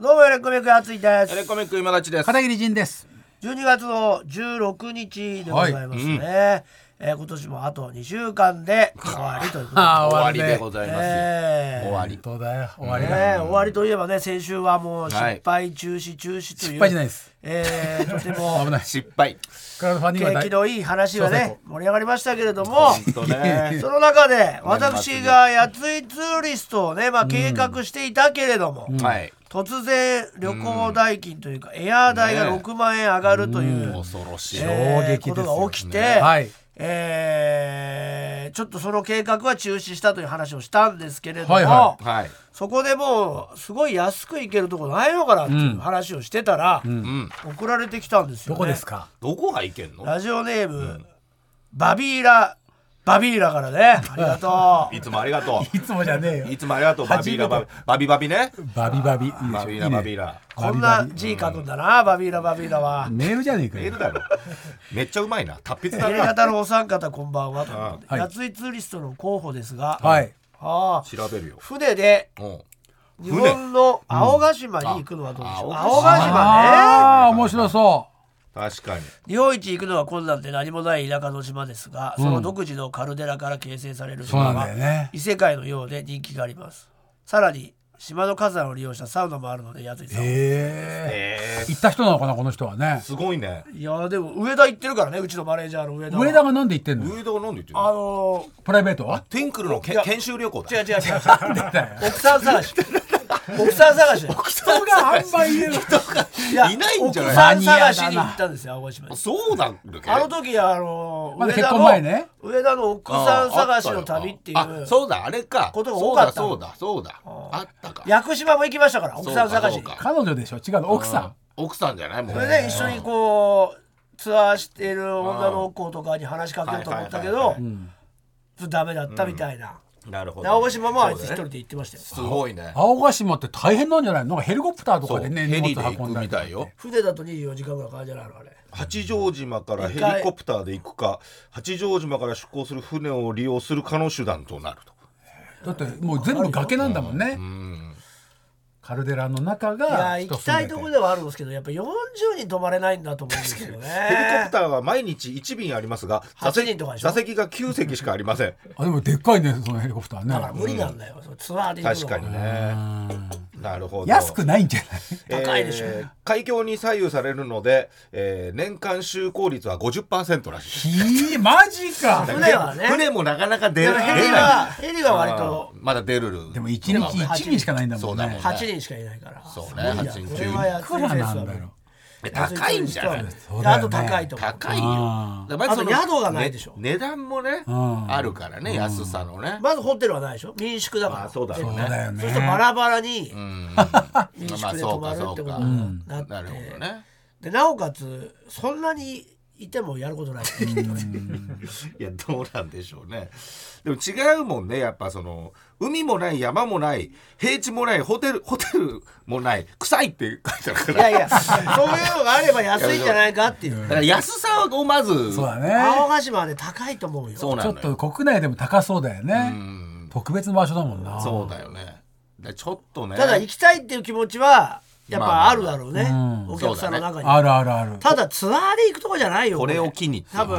どうもエレコミックやついです。 エレコミック今立ちです。 片桐仁です。 12月の16日でございますね、今年もあと2週間で終わりということで終わりでございます、終わり本当だよ、終わりだ、 終わりといえばね、先週はもう失敗中止という、 失敗じゃないです、 とても危ない失敗クラウドファンディングは景気のいい話がね盛り上がりましたけれども、 ね、 その中で私がやついツーリストをね、計画していたけれども、突然旅行代金というか、エア代が6万円上がるという、 恐ろしい、 ことが起きて、ちょっとその計画は中止したという話をしたんですけれども、そこでもうすごい安く行けるところないのかなっていう話をしてたら、送られてきたんですよね。 どこですか？ どこが行けんの？ ラジオネーム、バビーラからね、ありがとう。 いつもありがとう。 いつもじゃねえよ。 いつもありがとう。バビーラバビバビね。 バビバビ。 バビーラ。 こんな字書くんだな、バビーラは。 メールじゃねえかよ。 メールだろ。めっちゃうまいな。達筆だな。 A 型のお三方こんばんはということで、やついツーリストの候補ですが、 調べるよ。 船で日本の青ヶ島に行くのはどうでしょう。青ヶ島ね、 面白そう。 確かに日本一行くのは困難で何もない田舎の島ですが、その独自のカルデラから形成される島は異世界のようで人気があります。さらに島の火山を利用したサウナもあるので、やついさん行った人なのかな、この人はね。 すごいね。 いやでも上田行ってるからね、うちのマネージャーの上田がなんで行ってんの？ 上田がなんで行ってんの？ プライベート？ ティンクルの研修旅行だ。 違う奥さん探し奥さん探し人があんまりいるのいないんじゃない？ 奥さん探しに行ったんですよ、青ヶ島に。 そうなんだっけ？ あの時まだ結婚前ね、 上田の奥さん探しの旅っていう、 そうだ、あれか、 ことが多かった。 そうだあったか。 屋久島も行きましたから、奥さん探し。 彼女でしょ？違うの、奥さんじゃないもん。 それで一緒にこうツアーしている女の子とかに話しかけようと思ったけど、ダメだったみたいな。 なるほど。 青ヶ島もあいつ一人で行ってましたよ。 すごいね。 青ヶ島って大変なんじゃないの？ヘリコプターとかでね、 ヘリで行くみたいよ。 船だと24時間ぐらいかかるんじゃないのあれ。 八丈島からヘリコプターで行くか、八丈島から出港する船を利用するかの手段となると。 だってもう全部崖なんだもんね。カルデラの中が行きたいところではあるんですけど、やっぱ40人泊まれないんだと思うんですよね。 ヘリコプターは毎日1便ありますが、 8人とかでしょ。 座席が9席しかありません。 でもでっかいね、そのヘリコプターね。 だから無理なんだよ、ツアーで行くのは。 確かにね。なるほど。 安くないんじゃない？高いでしょ。 海況に左右されるので、年間就航率は 50% らしい。 マジか。 船はね。 船もなかなか出ない。 ヘリは割とまだ出る。 でも1人しかないんだもんね。 8人しかいないから。 そうね、8人9人。 いくらなんだろう。 高いんじゃない？ あと高いと思う。 高いよ。 あと宿がないでしょ。 値段もねあるからね、安さのね。 まずホテルはないでしょ。民宿だから。 そうだよね。 そうするとバラバラに民宿で泊まるってことになって、でなおかつそんなにいてもやることない。 いやどうなんでしょうね。でも違うもんね、やっぱその海もない山もない平地もないホテルもない臭いって書いてあるから。 いやそういうのがあれば安いんじゃないかっていう。 だから安さをまず。 そうだね。 青ヶ島はね高いと思うよ。 ちょっと国内でも高そうだよね。特別な場所だもんな。 そうだよね。ちょっとね。 ただ行きたいっていう気持ちはやっぱあるだろうね、お客さんの中に。 ある。 ただツアーで行くとこじゃないよ。 これを機に多分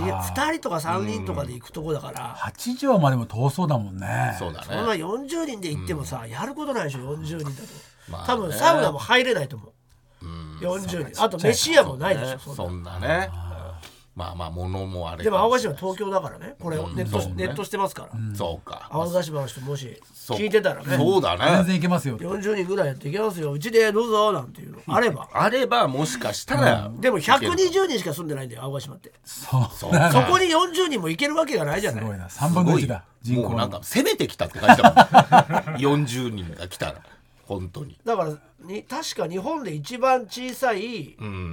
2人とか3人とかで行くとこだから。 八丈までも遠そうだもんね。 そうだね。 そんな40人で行ってもさ、やることないでしょ。40人だと多分サウナも入れないと思う。40人。あと飯屋もないでしょ。 そんなね。まあ物もあれ。 でも青ヶ島東京だからね。これをネットしてますから。 そうか。 青ヶ島の人もし聞いてたらね。 そうだね。 全然行けますよ。 40人ぐらいやっていけますよ。うちでどうぞなんていうのあればもしかしたら。 でも120人しか住んでないんだよ、青ヶ島って。そこに40人も行けるわけがないじゃない。 すごいな。3分の1だ。 もうなんか攻めてきたって感じだもん。40人が来たら本当に。 だから確か日本で一番小さい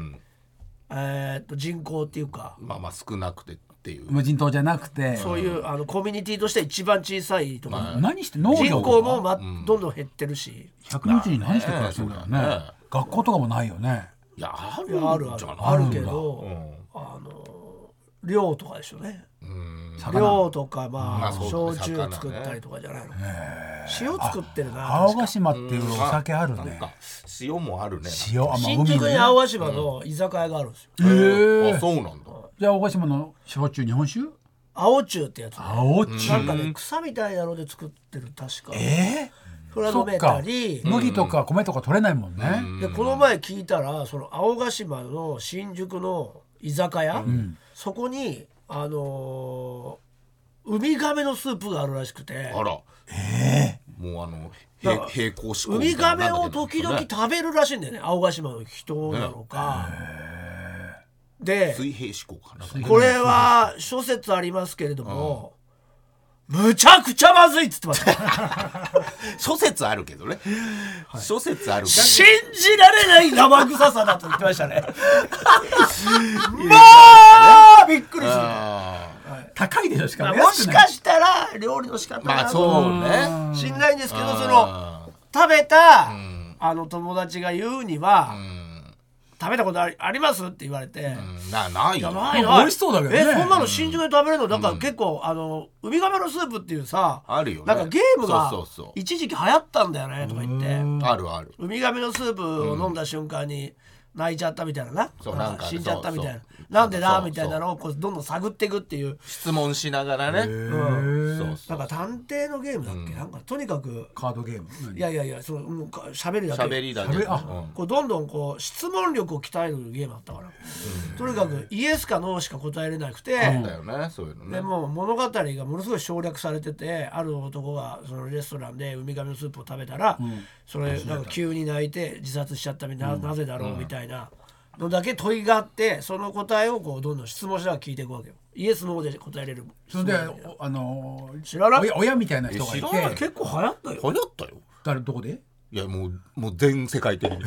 人口っていうか、 まあ少なくてっていう、 無人島じゃなくてそういうコミュニティとして一番小さいとか、 何して農業人口もどんどん減ってるし、 100日に何して暮らしてるんだよね。学校とかもないよね。 いやあるけど、 漁とかでしょうね。 魚漁とかまあそう焼だね酎作ったりとかじゃないの。塩作ってるな。 青ヶ島っていうお酒あるね。 塩もあるね。 塩、まあ新宿に青ヶ島の居酒屋があるんですよ。 あ、そうなんだ。 じゃあ青ヶ島の焼酎日本酒？ 青酎ってやつね。 青酎。 なんかね草みたいなので作ってる確か。それは飲めそっかたり。 麦とか米とか取れないもんね。 でこの前聞いたらその青ヶ島の新宿の居酒屋、そこにウミガメのスープがあるらしくて。 あら。もう並行志向ウミみたいなガメを時々食べるらしいんだよね、青ヶ島の人なのか。で水平思考かな。 これは諸説ありますけれども、むちゃくちゃまずいっつってました諸説あるけどね。諸説あるけど。 信じられない生臭さだと言ってましたねまあびっくりする。 高いでしょしかも。 もしかしたら料理の仕方まあなそうのね。 しんないんですけど、その食べた友達が言うには、食べたことありますって言われて、 ないよ。 ない美味しそうだけどね。 そんなの新宿で食べれるの？なんか結構ウミガメのスープっていうさ、 あるよね。 なんかゲームがそう一時期流行ったんだよねとか言って、 あるある。 ウミガメのスープを飲んだ瞬間に泣いちゃったみたいなな、 なんか死んじゃったみたいな、 そうなんでだみたいなのをこうどんどん探っていくっていう。 質問しながらね。 なんか探偵のゲームだっけ、なんかとにかくカードゲーム。 いやその喋りだけ喋りだけ。 こうどんどんこう質問力を鍛えるゲームだったから、とにかくイエスかノーしか答えれなくて、 だよね、そういうのね。 でもう物語がものすごい省略されてて、ある男がそのレストランでウミガメのスープを食べたら、それなんか急に泣いて自殺しちゃったみたいな、なぜだろうみたいなのだけ問いがあって、その答えをこうどんどん質問しながら聞いていくわけよ。イエスノーで答えれる。 それで知らない？ 親みたいな人がいて。 結構流行ったよ。 流行ったよ。 誰どこで？ いやもう全世界的に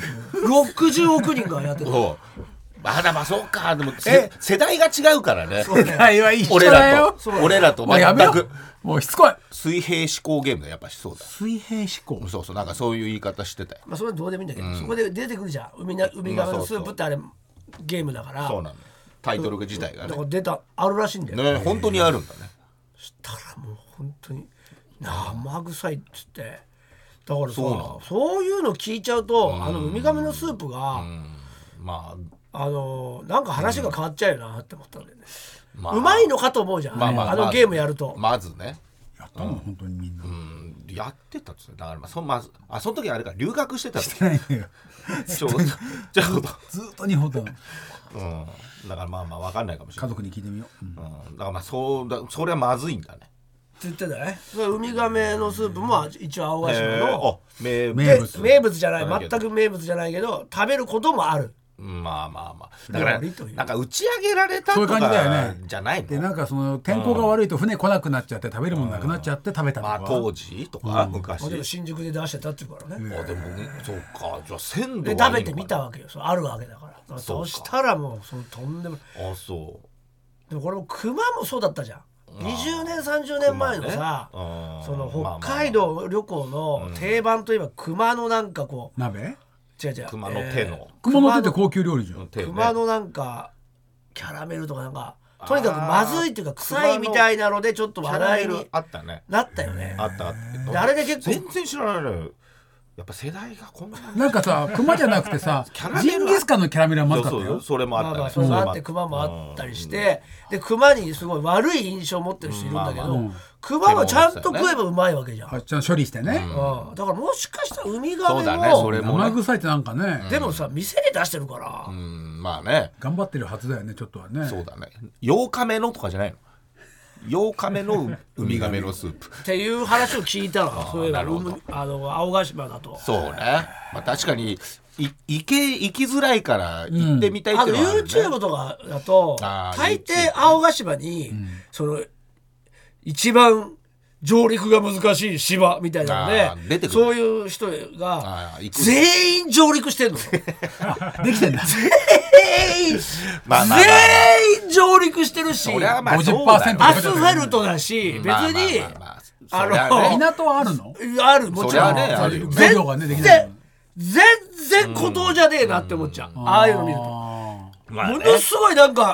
60億人がやってた。 まあそうか。でも世代が違うからね。 世代は一緒だよ。 俺らと全く。もうしつこい。 水平思考ゲームだやっぱしそうだ。 水平思考。 そうなんかそういう言い方してたよ。 まあそれはどうでもいいんだけど、そこで出てくるじゃん。ウミガメのスープってあれゲームだから。 そうなの。タイトル自体がね。 だからあるらしいんだよね。本当にあるんだね。 そしたらもう本当に生臭いっつって。だからさ、そういうの聞いちゃうと、ウミガメのスープが、 まあなんか話が変わっちゃうよなって思ったんだよね。うまいのかと思うじゃん、ゲームやると。 まずね、 やったの本当にみんな。 やってたっつって。だからその時あれか留学してたしてないのよ。 ちょうどずっと日本だ。 だからまあ分かんないかもしれない。 家族に聞いてみよう。だからそれはまずいんだね。 って言ってたね。ウミガメのスープも一応青ヶ島の名物じゃない、全く名物じゃないけど食べることもある。 まあだからなんか打ち上げられたとかじゃないの。 でなんかその天候が悪いと船来なくなっちゃって食べるものなくなっちゃって食べたのか。 当時とか昔。 でも新宿で出してたっていうからね。 でもそうか。じゃあ鮮度で食べてみたわけよ。あるわけだから。そしたらもうとんでもない。 そうでもこれも熊もそうだったじゃん。20年30年前のさ、その北海道旅行の定番といえば熊のなんかこう鍋？ 違う熊の手の熊の手って高級料理じゃん。 熊のなんかキャラメルとかなんかとにかくまずいっていうか臭いみたいなのでちょっと話題になったよね。 あった。 あれで結構全然知らないのよ。やっぱ世代がこんなんかさ、熊じゃなくてさ、ジンギスカンのキャラメルはまずかったよ。 それもあったね。 それがあって熊もあったりして、で熊にすごい悪い印象を持ってる人いるんだけど、熊はちゃんと食えばうまいわけじゃん。 ちゃんと処理してね。 だからもしかしたらウミガメも生臭いってなんかね。 でもさ店で出してるから。 まあね。 頑張ってるはずだよねちょっとはね。 そうだね。8日目のとかじゃないの。8日目のウミガメのスープっていう話を聞いたら、そういえば青ヶ島だと。 そうね。確かに行きづらいから行ってみたいっていうのはあるね。 YouTube とかだと大抵青ヶ島にその一番上陸が難しい島みたいなので、そういう人が全員上陸してんの。 できてんだ。 全員上陸してるし、 50% アスファルトだし、別に港はあるの？ ある、もちろん。全然孤島じゃねえなって思っちゃう。ああいうの見るとものすごいなんか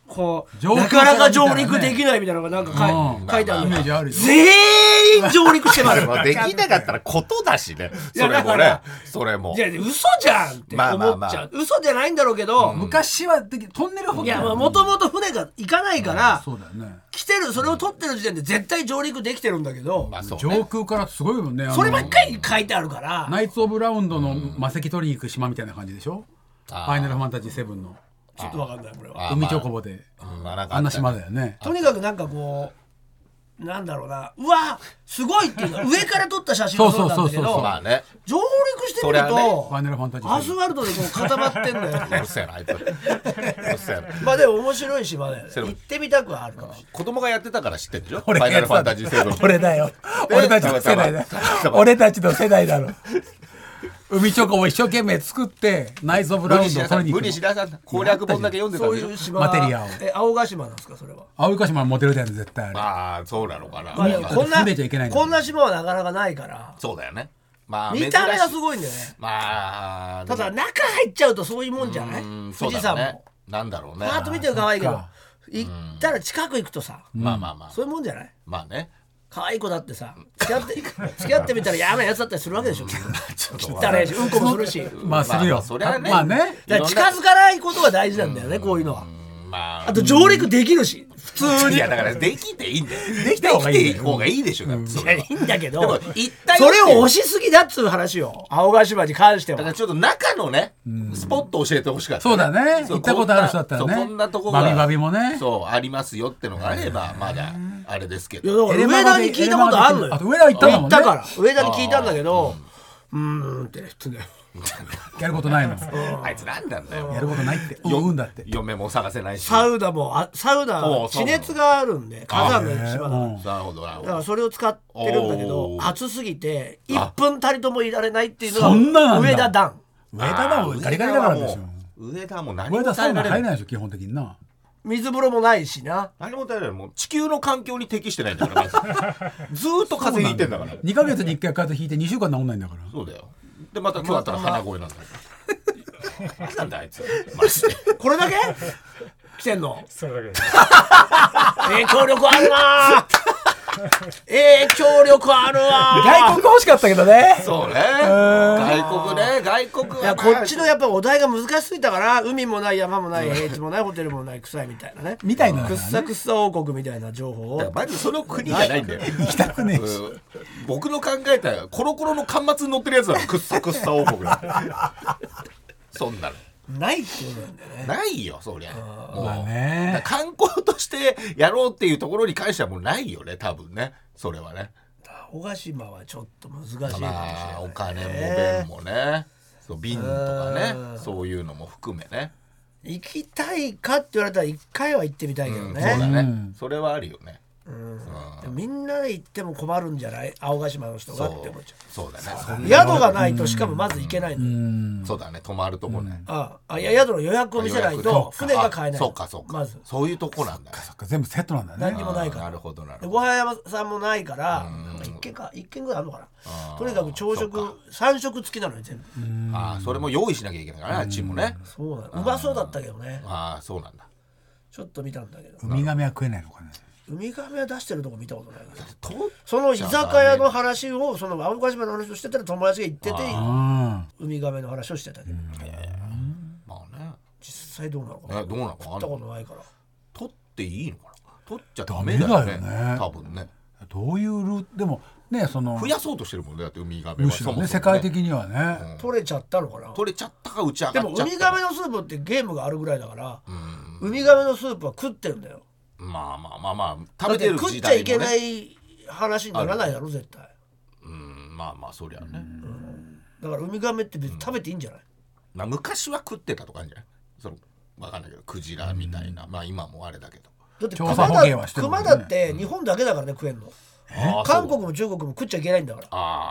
こうなかなか上陸できないみたいなのがなんか書いてあるイメージあるよ。 全員上陸してますできなかったらことだしね。それもね。それも。 いや嘘じゃんって思っちゃう。嘘じゃないんだろうけど、 昔はトンネル掘っていやもともと船が行かないから、 そうだよね。 来てるそれを取ってる時点で絶対上陸できてるんだけど、 上空からすごいもんね。 そればっかり書いてあるから。 ナイツ・オブ・ラウンドの魔石取りに行く島みたいな感じでしょ。ファイナルファンタジー7の。 ちょっとわかんないこれは。 海チョコボであんな島だよね。 とにかくなんかこうなんだろうな、うわすごいっていうの上から撮った写真もそうなんだけど、上陸してみるとファイナルファンタジーアスファルトでこう固まってんだよ。 うるせえなあいつ。 まあでも面白い島だよね。行ってみたくはあるかもしれない。 子供がやってたから知ってるでしょ。ファイナルファンタジー7。 俺だよ。俺たちの世代だ。俺たちの世代だろ。海チョコを一生懸命作ってナイツ・オブ・ラウンドを取りに行く。 無理しなさい。攻略本だけ読んでたんでしょ。 そういう島マテリアを。 青ヶ島なんですかそれは。 青ヶ島はモデルだよね絶対あれ。 ああそうなのかな。 こんな島はなかなかないから。 そうだよね。まあ見た目がすごいんだよね。 まあただ中入っちゃうとそういうもんじゃない。富士山も。 なんだろうね。 パーッと見てる可愛いけど行ったら近く行くとさ、 まあまあまあそういうもんじゃない。 まあね。 可愛い子だってさ付き合ってみたら嫌なやつだったりするわけでしょ。汚ねえしうんこもするし。 まあするよ。 それはね。 まあね。 近づかないことが大事なんだよねこういうのは。あと上陸できるし普通に。 いやだからできていいんだよ。 できた方がいいでしょ。いやいいんだけどそれを押しすぎだっつう話よ青ヶ島に関しては。 だからちょっと中のねスポット教えてほしかった。 そうだね。行ったことある人だったらね。 こんなとこがバビバビもね。 そうありますよってのがあればまだあれですけど。 いやだから上田に聞いたことあるのよ。 上田行ったんだもんね。 行ったから上田に聞いたんだけどって言ってんだよ。 やることないの。 あいつなんなんだよ。 やることないって。うんだって。 嫁も探せないし。 サウナ地熱があるんで火山の島だから。 なるほどなるほど。 だからそれを使ってるんだけど暑すぎて1分たりともいられないっていうのが上田団。 上田団もガリガリだからでしょ。 上田も何も上田サウナ入れないでしょ基本的にな。 水風呂もないしな。 何も耐えられない。もう地球の環境に適してないんだからずーっと風邪ひいてんだから。 2ヶ月に1回風邪ひいて2週間治んないんだから。 そうだよ。でまた今日あったら鼻声なんだよ。なんだあいつマジで。 これだけ来てんの。 それだけです。 影響力あるな。影響力あるわ。 外国欲しかったけどね。 そうね。外国いやこっちのやっぱお題が難しすぎたから海もない山もない平地もないホテルもない臭いみたいなね。 みたいな。 くっさくっさ王国みたいな情報を。 マジその国じゃないんだよ。 行きたくねえし。 僕の考えたコロコロの巻末に載ってるやつだろ。くっさくっさ王国だ。そんなの。 ないってことなんだよね。 ないよそりゃ。 まあね。 観光としてやろうっていうところに関してはもうないよね多分ねそれはね。 青ヶ島はちょっと難しいかもしれない、ね。 お金も便もね、そう瓶とかねそういうのも含めね。 行きたいかって言われたら一回は行ってみたいけどね。 そうだね。それはあるよね。 でもみんなで行っても困るんじゃない青ヶ島の人がって思っちゃう。 そうだね。 宿がないとしかもまず行けないの。 そうだね泊まるとこね。 いや宿の予約を見せないと船が買えない。 そうかまずそういうとこなんだね。 全部セットなんだね。 何にもないから。 なるほどなるほど。 ごは山さんもないから一軒ぐらいあるのかな。とにかく朝食3食付きなのよ全部。 それも用意しなきゃいけないからねあっちもね。 そうなの。うまそうだったけどね。 そうなんだ。 ちょっと見たんだけど。 ウミガメは食えないのかね。 ウミガメは出してるとこ見たことないからその居酒屋の話をその青ヶ島の話をしてたら友達が言っててウミガメの話をしてたけどまあね実際どうなのかな。 どうなのか食ったことないから。 取っていいのかな。取っちゃダメだよね多分ね。 どういうルートでもねその増やそうとしてるもんねだってウミガメはむしろね世界的にはね取れちゃったのかな。 取れちゃったか打ち上がっちゃった。 でもウミガメのスープってゲームがあるぐらいだからウミガメのスープは食ってるんだよ。 まあ食べてる食っちゃいけない話にならないだろ絶対。 まあそりゃね。 だからウミガメって別に食べていいんじゃない。 昔は食ってたとかあるんじゃない。その分かんないけどクジラみたいなまあ今もあれだけど。 だって調査捕鯨はしてるクマだって日本だけだからね食えんの。韓国も中国も食っちゃいけないんだから。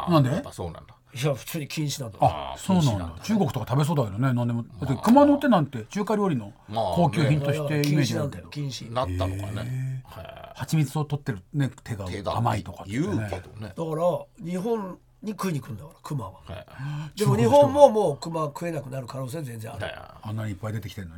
なんでやっぱそうなんだ。 いや普通に禁止なんだ。 そうなんだ。中国とか食べそうだけどね何でも。だって熊の手なんて中華料理の高級品としてイメージなんだけど禁止なったのかね。 蜂蜜を取ってるね手が甘いとか言うけどね。だから日本に食いに来るんだからクマは。でも日本ももうクマ食えなくなる可能性全然ある。 あんなにいっぱい出てきてるのに。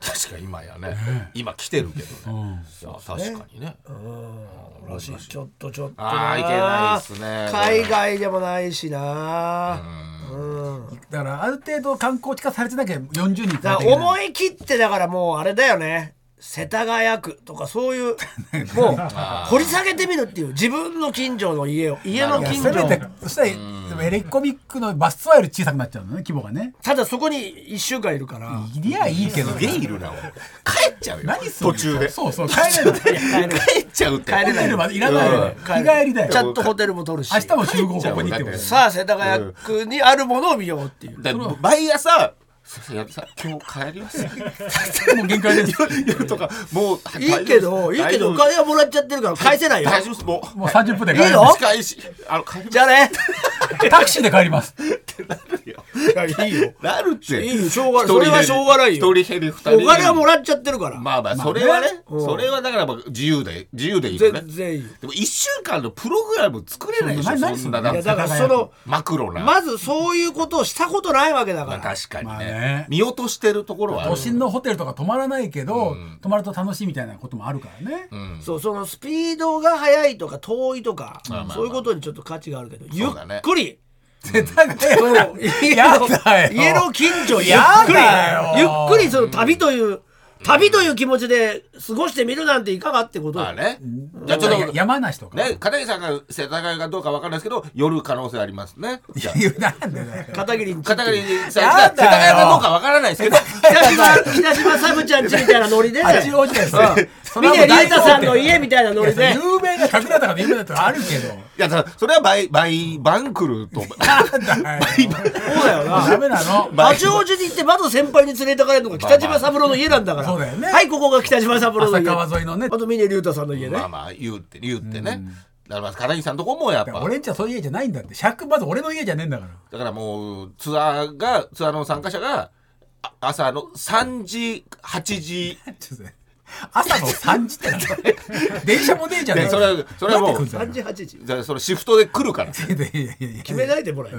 確かに今やね、今来てるけどね、いや確かにね、 らしい。ちょっとああいけないですね。 海外でもないしな。 だからある程度観光地化されてなきゃ40人だから思い切ってだからもうあれだよね、世田谷区とかそういうもう掘り下げてみるっていう、自分の近所の家の近所せめてそしたらでもエレコミックのバスツアーより小さくなっちゃうのね、規模がね。 ただそこに1週間いるからいりゃいいけどすげえいるな。帰っちゃうよ。 何する途中で。 そうそう、帰れない帰っちゃうって。 帰れないホテルまでいらないよ、日帰りだよ。 ちゃんとホテルも取るし、 明日も集合ここに行ってもさあ世田谷区にあるものを見ようっていう。 だから毎朝矢部さん今日帰りますもう限界です夜とかもういいけどお金はもらっちゃってるから返せないよ。 大丈夫です。もう30分で帰いいのります。 帰りしじゃあねタクシーで帰ります。 いいよなるっていいよ、しょうがそれはしょうがないよ。 一人減り二人お金はもらっちゃってるから。 まあまあそれはね、それはだから自由でいいよね。 全然いいよ。 でも1週間のプログラム作れないでしょ。そんなだからそのマクロなまずそういうことをしたことないわけだから。 確かにね、見落としてるところはある。 都心のホテルとか泊まらないけど、泊まると楽しいみたいなこともあるからね。 そう、そのスピードが速いとか遠いとか、そういうことにちょっと価値があるけど、ゆっくり世田谷家の近所ゆっくりその旅という気持ちで過ごしてみるなんていかがってことだね。 じゃあちょっと山梨とかね、片桐さんが世田谷かどうかわかんないですけど夜可能性ありますね。じゃなんでだよ片桐さんが世田谷かどうかわからないですけど北島サブちゃんちみたいなノリで八王子です峰竜太さんの家みたいなノリで有名な隠れたから有名なとかあるけど、 いやそれはバイバンクルとそうだよな。 ダメなの。 八王子に行ってまず先輩に連れてかれるのが北島三郎の家なんだから。 そうだよね。 はい、ここが北島三郎の家。 浅川沿いのね。 あと峰竜太さんの家ね。 まあまあ言うってね。だから片桐さんのとこもやっぱ俺んちはそういう家じゃないんだって。まず俺の家じゃねえんだから。 だからもうツアーの参加者が朝の3時8時朝の3時ってなんだ電車もねえじゃねえそれはもう 3時8時じゃあそれシフトで来るから決めないでもらえる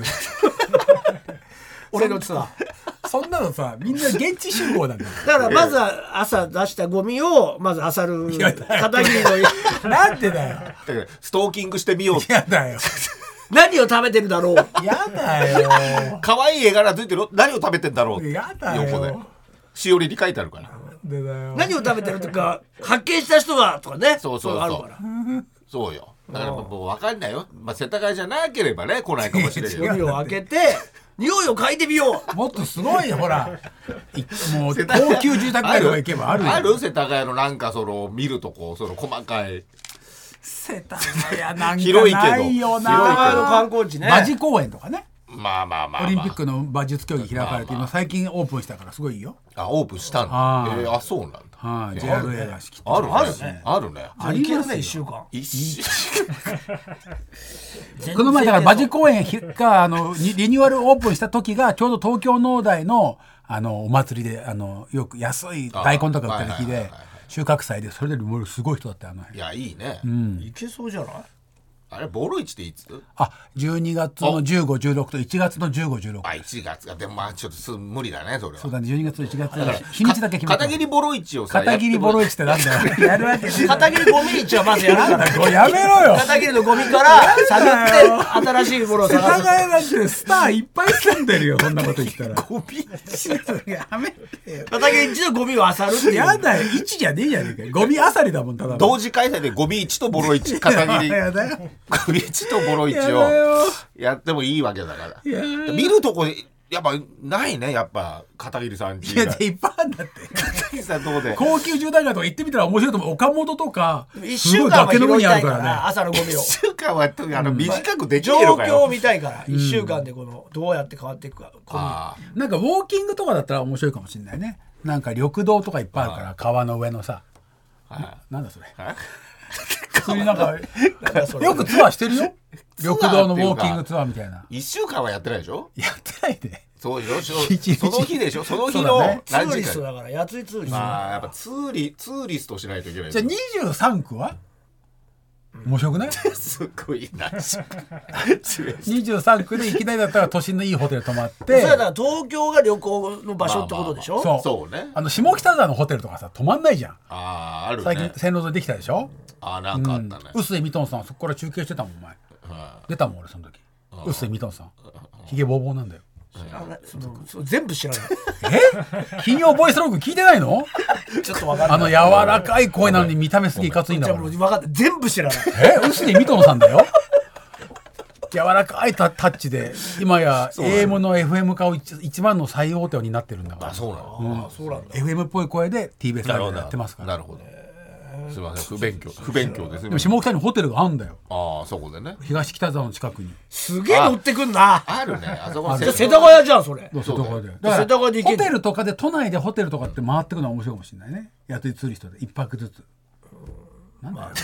俺のツアーそんなのさみんな現地集合なんだよ。 だからまずは朝出したゴミをまず漁る片桐の家なんでだよストーキングしてみよう。 やだよ何を食べてるだろう。 やだよ可愛い絵柄ついてる。何を食べてんだろう。 やだよ横でしおりに書いてあるから何を食べてるとか発見した人はとかね。 そうあるからそうよ。だからもう分かんないよ。まあ世田谷じゃなければね来ないかもしれないよ。 ゴミを開けて匂いを嗅いでみよう。もっとすごいほらもう高級住宅街とか行けばあるよ。 ある世田谷のなんかその見るとこその細かい世田谷なんか広いけどないよな。 世田谷の観光地ね。 馬事公園とかね。 まあオリンピックの馬術競技開かれて今最近オープンしたからすごいよ。 オープンしたんだ。そうなんだ。 JRA が仕切ってあるね。 ありますね1週間。 この前だから馬事公園がリニューアルオープンした時がちょうど東京農大のお祭りでよく安い大根とか売ってる日で収穫祭でそれでもすごい人だったよ。 いやいいね。 いけそうじゃない。 あれボロ市っていつ ？12月の15、16と1月の15、16。 1月がでもまあちょっと無理だねそれは。 そうだね12月と1月日にちだけ決めて。 片桐ボロ市をさ。 片桐ボロ市ってなんだよ。やるわけね。 片桐ゴミ市はまずやるから。 やめろよ。 片桐のゴミから探って新しいものを探す。 世田谷なんてスターいっぱい住んでるよそんなこと言ったら。 ゴミ市やめてよ。 片桐市のゴミを漁るっていう。 やだよ市じゃねえじゃねえか。ゴミ漁りだもんただ。 同時開催でゴミ市とボロ市片桐。 やだよ。 ゴミ市とボロ市をやってもいいわけだから。見るとこやっぱないねやっぱ片桐さんち。 いやいっぱいあるんだって。 片桐さんどうで高級住宅街とか行ってみたら面白いと思う。岡本とか 1週間は拾いたいからね。 朝のゴミを 1週間は短くでき状るのかよ。 況を見たいから1週間でどうやって変わっていくか。 なんかウォーキングとかだったら面白いかもしれないね。なんか緑道とかいっぱいあるから川の上のさ。なんだそれ。そういうなんかよくツアーしてるよ。緑道のウォーキングツアーみたいな。 1週間はやってないでしょ。 やってないで。 そうよその日でしょ。その日のツーリストだからやついツーリスト。 まあやっぱツーリストしないといけない。 じゃあ23区は面白くない？ すごいな 23区でいきなりだったら都心のいいホテル泊まって、 そうやだから東京が旅行の場所ってことでしょ。 そうね。 下北沢のホテルとかさ泊まんないじゃん。 あるね。 最近線路沿いできたでしょ。 なんかあったね。 臼井ミトンさんそこから中継してたもんお前。出たもん俺その時。臼井ミトンさんひげボーボーなんだよ。 全部知らない。 金曜ボイスログ聞いてないの？ ちょっとわかんない。 柔らかい声なのに見た目すげえいかついんだから。 全部知らない。 臼井ミトンさんだよ。柔らかいタッチで今や AM の FM 化を一番の最大手になってるんだから。 そうなの。 FM っぽい声で TBS ラジオでやってますから。 なるほど。すみません、不勉強です。 でも下北にホテルがあるんだよ。 そこでね。 東北沢の近くに。 すげえ乗ってくんな。 あるね。あそこ。 世田谷じゃんそれ。 世田谷で。 世田谷で行ける。 ホテルとかで都内でホテルとかって回ってくのは面白いかもしれないね。雇いツーリストで一泊ずつ。なんだよ。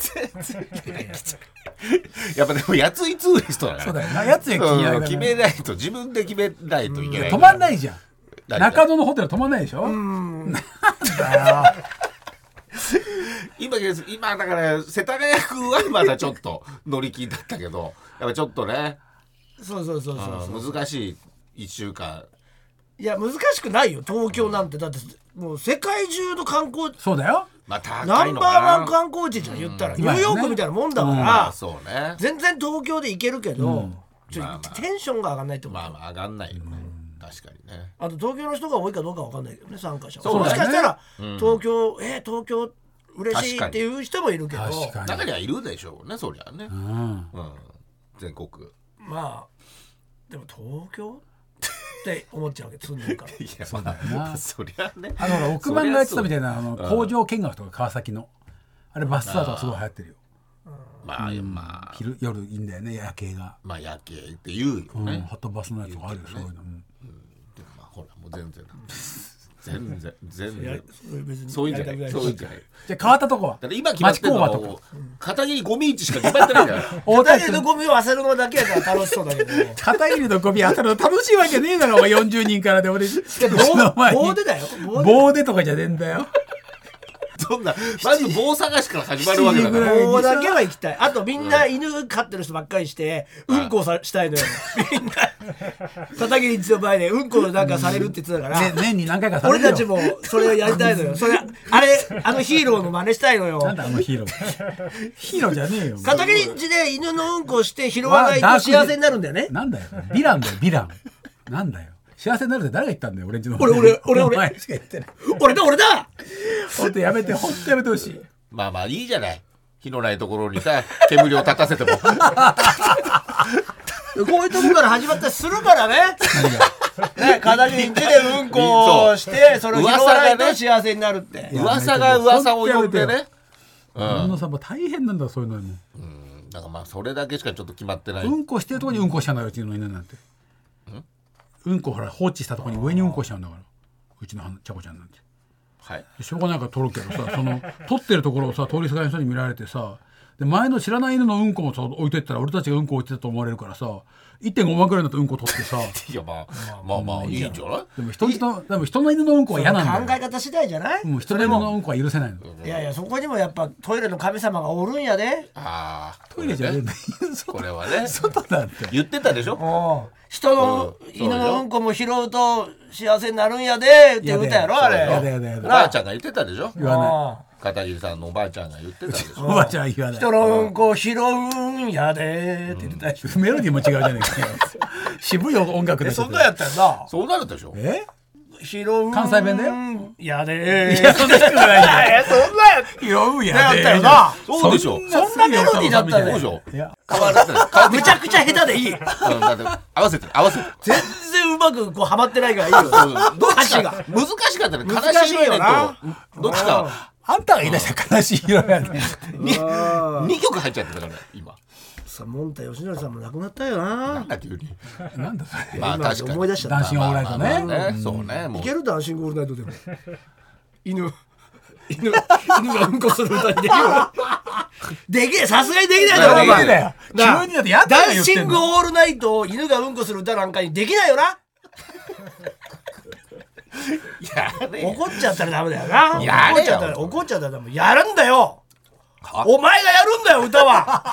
やっぱでも雇いツーリストだから。 そうだよな。やつや決めないと自分で決めないといけない。 泊まんないじゃん。中野のホテル泊まんないでしょ。なんだよ。 今だから世田谷区はまだちょっと乗り気だったけど、やっぱちょっとね。 そう難しい1週間。 いや難しくないよ東京なんて。だってもう世界中の観光。 そうだよ。 ナンバーワン観光地じゃん言ったら。ニューヨークみたいなもんだから。 そうね。 全然東京で行けるけど、テンションが上がんないと思う。 上がんないよね。確かにね。 あと東京の人が多いかどうかわかんないけどね参加者。もしかしたら東京嬉しいっていう人もいるけど、 中にはいるでしょうねそりゃね。全国。 まあでも東京って思っちゃうわけ住んでるから。いやそうだよな。 そりゃね。 億万がやってたみたいな工場見学とか川崎のあれバスツアーとかすごい流行ってるよ。昼夜いいんだよね夜景が。 夜景って言うよね。 ハトバスのやつがあるよそういうの。 ほらもう全然そういうんじゃない。じゃ変わったとこは今決まってるのは片桐ゴミ市しか決まってないから。 片桐のゴミを漁るのだけやから楽しそうだけど。 片桐のゴミ漁るの楽しいわけねえだろお前40人からで俺棒でだよ。 棒でとかじゃねえんだよ。 そんなまず棒探しから始まるわけだから。 棒だけは行きたい。あとみんな犬飼ってる人ばっかりしてうんこをしたいのよ。みんな片桐んちの前でうんこなんかされるって言ってたから。 年に何回かされるよ。 俺たちもそれをやりたいのよ。それあのヒーローの真似したいのよ。 なんだあのヒーロー。ヒーローじゃねえよ。 片桐んちで犬のうんこをして拾わないと幸せになるんだよね。 なんだよ。ヴィランだよヴィラン。なんだよ。幸せになるって誰が言ったんだよ俺んちの。 俺しか言ってない。俺だ。 本当やめてほしい。 まあいいじゃない。火のないところにさ煙を立たせても。こういうとこから始まったりするからね。片桐んちでうんこをしてそれを拾わないと幸せになるって。 噂が噂を呼んでね。 旦那さんも大変なんだそういうのに。 だからそれだけしかちょっと決まってない。 うんこしてるところにうんこしたんだようちの犬なんて。うんこほら放置したところに上にうんこしちゃうんだからうちのちゃこちゃんなんて。しょうがないから取るけどさ取ってるところをさ通りすがりの人に見られてさで前の知らない犬のうんこもさ置いてったら俺たちがうんこ置いてたと思われるからさ 1.5 万ぐらいになったうんこ取ってさいやまあいいんじゃない。 でも人の犬のうんこは嫌なんだよ。 考え方次第じゃない。 人の犬のうんこは許せないの。 いやそこにもやっぱトイレの神様がおるんやで。 トイレじゃねえんだよ。 これはね外だって言ってたでしょ。 人の犬のうんこも拾うと幸せになるんやでって言うたやろあれ。 おばあちゃんが言ってたでしょ。 言わない。 片桐さんのおばあちゃんが言ってたでしょ。 おばあちゃんは言わない。 人のうんこを拾うんやでって言ってたでしょ。 メロディーも違うじゃねえかよ。渋い音楽で。 そんなやったよな。 そうなるでしょ。 拾う関西弁だよ。 やでいやそんな人ないんだよ。 そんなや拾うやで。 だよな。 そうでしょ。 そんなメロディーだったね。 そうでしょ。 むちゃくちゃ下手でいい。 合わせて全然うまくこうハマってないからいいよ。 歌詞が難しかったね。悲しいよな。どっちか。 あんたが言い出した悲しい色やね。 2曲入っちゃってたから今。 モンタヨシノリさんも亡くなったよな。 なんだ急に。 なんだそれ。 まあ確かに思い出しちゃった。 ダンシングオールナイトね。 そうね。 いけるダンシングオールナイトでも。犬がうんこする歌にできる。できないさすがにできないだろお前。 急にだってやったダンシングオールナイトを犬がうんこする歌なんかにできないよな。怒っちゃったらダメだよな。怒っちゃったらもうやるんだよ。 お前がやるんだよ歌は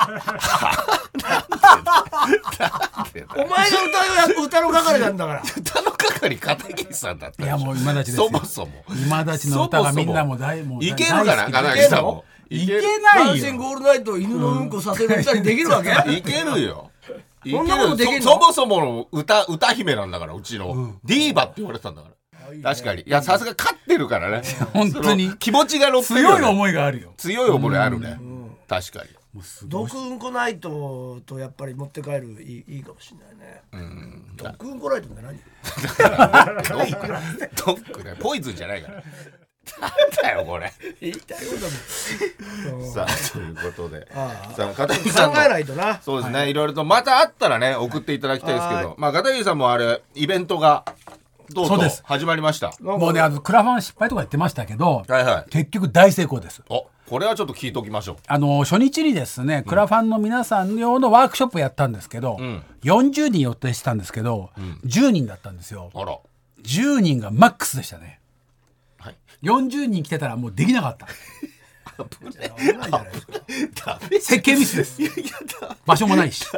お前が歌の係なんだから歌の係片桐さんだったいやもう今立ちですよ。 そもそも今立ちの歌がみんなもういけるかな片桐さんもいけダないよ。 ンシングオールナイト犬のうんこさせる歌にできるわけいけるよそんなことできんのそもそもの歌姫なんだからうちの、ディーバって言われてたんだから確かにいやさすが勝ってるからね本当に気持ちが乗ってるよ、ね、 強い思いがあるよ。 強い思いあるね、確かに毒うんこナイトとやっぱり持って帰るいいかもしれないね毒うんこナイトって何ドックねポイズンじゃないからなんだよこれ言いたいことだもんさあということでさあ片桐さんの考えないとなそうですね、いろいろとまたあったらね送っていただきたいですけど、まあ片桐さんもあれイベントがとうとう始まりました。 もうねクラファン失敗とか言ってましたけど、 はいはい、 結局大成功です。 おこれはちょっと聞いておきましょう。 初日にですねクラファンの皆さん用のワークショップやったんですけど、40人予定してたんですけど、10人だったんですよ。 あら 10人がマックスでしたね、 はい、 40人来てたらもうできなかった危ないじゃないですか設計ミスです場所もないし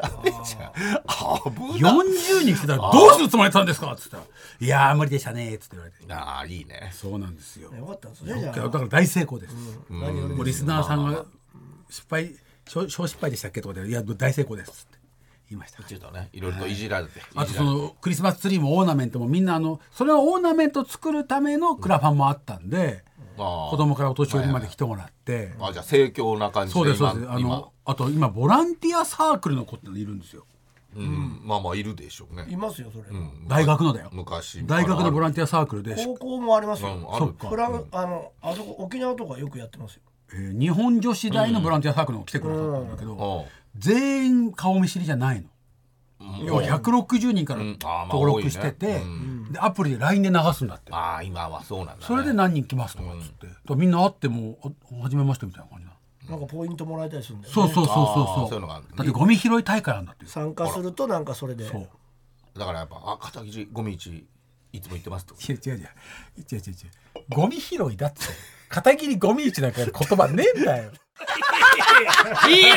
40人来てたらどうするつもりだったんですかっつったらいやー無理でしたねっつって言われてああいいねそうなんですよよかったですねじゃあだから大成功です、 もうリスナーさんが小失敗でしたっけとかでいや大成功ですっつって言いました。 ちょっとねいろいろといじられて、 あとそのクリスマスツリーもオーナメントもみんなそれをオーナメント作るためのクラファンもあったんで、子供からお年寄りまで来てもらって、 じゃあ盛況な感じでそうですそうですあと今ボランティアサークルの子っているんですよ。 まあいるでしょうね。 いますよそれ、 大学のだよ。 昔大学のボランティアサークルで高校もありますよ。 そっかあそこ沖縄とかよくやってますよ。 日本女子大のボランティアサークルも来てくれたんだけど、全員顔見知りじゃないの。要は160人から登録してて、でアプリで LINE で流すんだって。 今はそうなんだね。 それで何人来ますとかっつって、みんな会っても始めましたみたいな感じな。 なんかポイントもらえたりするんだよね。 そうだってゴミ拾い大会なんだって。 参加するとなんかそれでそうだからやっぱ片桐ゴミ市いつも行ってますと。 違うゴミ拾いだって片桐ゴミ市なんか言葉ねえんだよいいね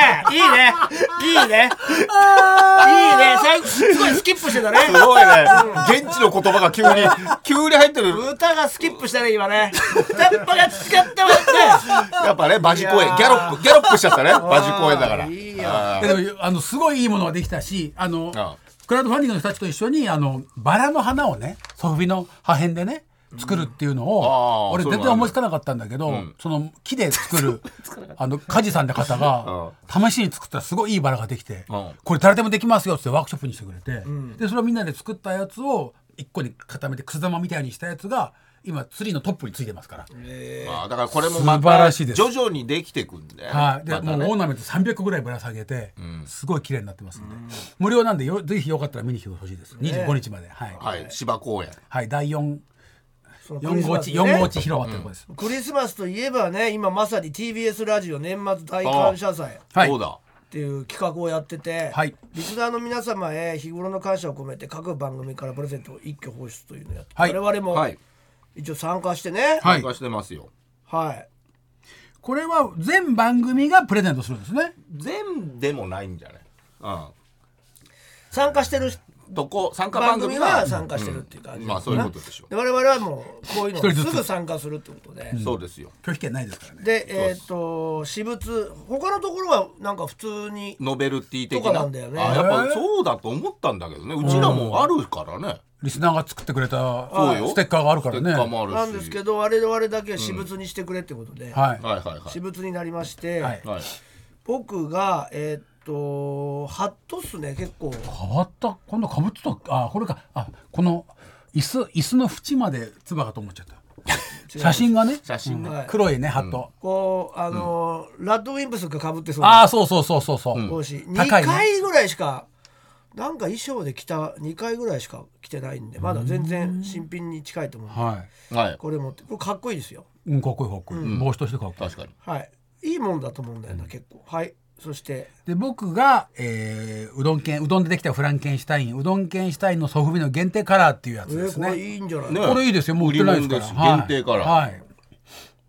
すごいスキップしてたね。 すごいね現地の言葉が急に入ってる。 歌がスキップしたね今ね。歌っぱが使ってますね。 やっぱねバジ公園ギャロップしちゃったねバジ公園だから。 いいよ。でもすごいいいものができたしクラウドファンディングの人たちと一緒にバラの花をねソフビの破片でね作るっていうのを、俺全然思いつかなかったんだけど、その木で作る梶さんって方が試しに作ったらすごいいいバラができて、これ誰でもできますよってワークショップにしてくれて、でそれをみんなで作ったやつを一個に固めてくす玉みたいにしたやつが今ツリーのトップについてますから。 だからこれもまた徐 々にできてくんで、 でもうオーナメント300個ぐらいぶら下げて、すごい綺麗になってますんで、無料なんでぜひよかったら見に来てほしいです。25日まで。 芝公園。 第4号地広場ってとこです。 クリスマスといえばね今まさに TBS ラジオ年末大感謝祭っていう企画をやってて、リスナーの皆様へ日頃の感謝を込めて各番組からプレゼントを一挙放出というのをやって、我々も一応参加してね。 参加してますよ。 これは全番組がプレゼントするんですね。 全でもないんじゃない。 参加してる参加番組は参加してるっていう感じ、 そういうことでしょう。 我々はもうこういうのをすぐ参加するってことで、 そうですよ。 拒否権ないですからね。 で私物他のところはなんか普通にノベルティ的なとかなんだよね。 やっぱそうだと思ったんだけどね。うちらもあるからね。 リスナーが作ってくれたステッカーがあるからね。 なんですけど我々だけ私物にしてくれってことで、私物になりまして、僕がハットっすね。結構変わった。今度かぶってた。これか。この椅子の縁までつばかと思っちゃった。写真がね。黒いねハット。 こうラッドウィンプスがかぶってそうな。 そう。 2回ぐらいしかなんか衣装で着た2回ぐらいしか着てないんでまだ全然新品に近いと思うんで、これ持ってこれかっこいいですよ。 かっこいい。帽子としてかっこいい。 確かに。 いいもんだと思うんだよな結構。そしてで僕が、うどんでできたフランケンシュタインのソフビの限定カラーっていうやつですね。 これいいんじゃない。 これいいですよ。もう売ってないですから。 限定カラー。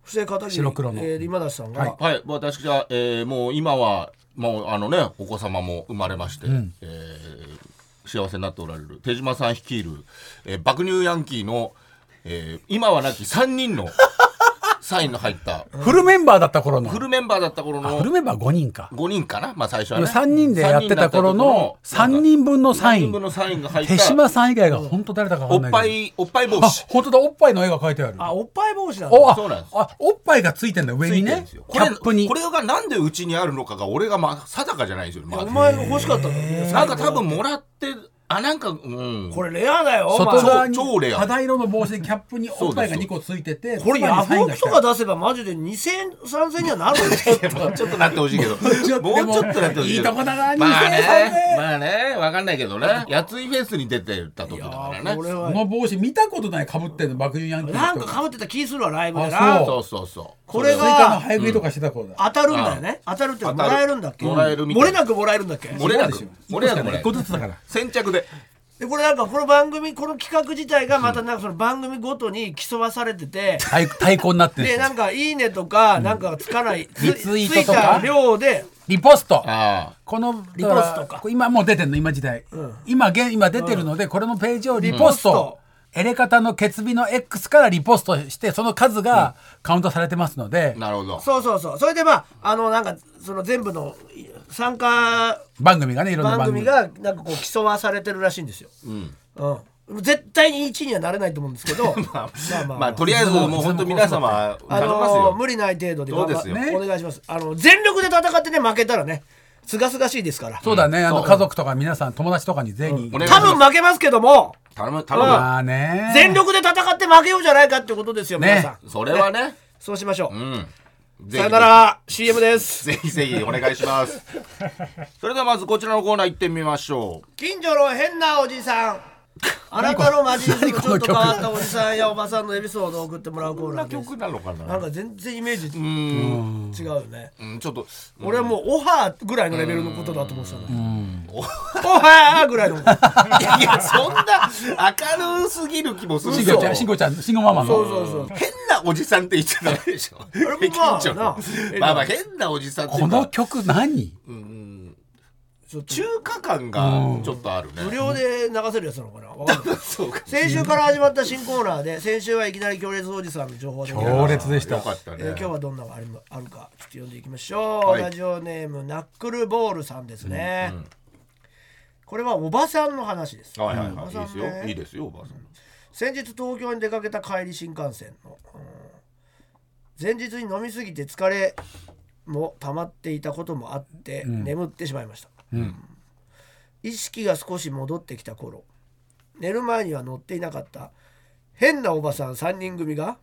不正片桐白黒の今田さんが、 はい、私は、もう今はもうお子様も生まれまして、幸せになっておられる手島さん率いる、爆乳ヤンキーの、今は亡き3人のサインの入ったフルメンバーだった頃のフルメンバーだった頃のフルメンバー5人か 5人かな、最初はね 3人でやってた頃の3人分のサインが入った手島さん以外が本当誰だか分かんないおっぱい帽子。 本当だ、おっぱいの絵が描いてある。 おっぱい帽子なんだ。 そうなんです。 おっぱいがついてんだ上にね、キャップに。 これがなんでうちにあるのかが俺が定かじゃないですよ。 お前が欲しかったの。 なんか多分もらってなんか、 これレアだよ。 外側に超レア。 肌色の帽子でキャップにおっぱいが2個ついてて、 これヤフオクとか出せばマジで2000、3000にはなるんですよ。 ちょっとなってほしいけど。もうちょっとなってほしいけど。 いいとこだな、2000、3000。 まあね、わかんないけどね。やついフェスに出てた時だからね。 この帽子見たことない、被ってんの、爆乳ヤンキー。 なんか被ってた気するわ、ライブでな。 そう。 これがスイカの早食いとかしてた頃だ。 当たるんだよね。当たるってもらえるんだっけ。 もらえるみたい。 漏れなくもらえるんだっけ。 漏れなく 1個ずつだから。 先着で。 でこれなんかこの番組この企画自体がまたなんかその番組ごとに競わされてて対抗になってるでなんかいいねとかなんかつかないリツイートとかついた量でリポストこのリポストか今もう出てんの今時代今出てるのでこれのページをリポストエレカタの決日の X からリポストしてその数がカウントされてますのでなるほどそうそれでなんかその全部の参加番組がねいろんな番組がなんかこう競わされてるらしいんですよ。絶対に1位にはなれないと思うんですけどまあとりあえずもう本当皆様頼みますよ。 無理ない程度でお願いします。全力で戦ってね負けたらねすがすがしいですから。 そうだね家族とか皆さん友達とかに全員多分負けますけども頼む全力で戦って負けようじゃないかってことですよ皆さん。 それはねそうしましょう。さよなら CM です。 ぜひお願いします。それではまずこちらのコーナー行ってみましょう。 近所の変なおじさん。あなたの街に住むちょっと変わったおじさんやおばさんのエピソードを送ってもらうコーナーです。 曲なのかな。 なんか全然イメージ違うよね。 ちょっと俺はもうオファーぐらいのレベルのことだと思ってたの。オファーぐらいの。いやそんな明るすぎる気もする。 慎吾ママのそう変なおじさんって言っちゃダメでしょ。まあ変なおじさんってこの曲何？ 中華感がちょっとあるね。 無料で流せるやつなのかな。先週から始まった新コーナーで先週はいきなり強烈おじさんの情報で強烈でした。 よかったね。 今日はどんなのがあるかちょっと読んでいきましょう。ラジオネームナックルボールさんですね。これはおばさんの話です。 いいですよおばさん。 先日東京に出かけた帰り新幹線の前日に飲みすぎて疲れも溜まっていたこともあって眠ってしまいました。意識が少し戻ってきた頃寝る前には乗っていなかった変なおばさん3人組が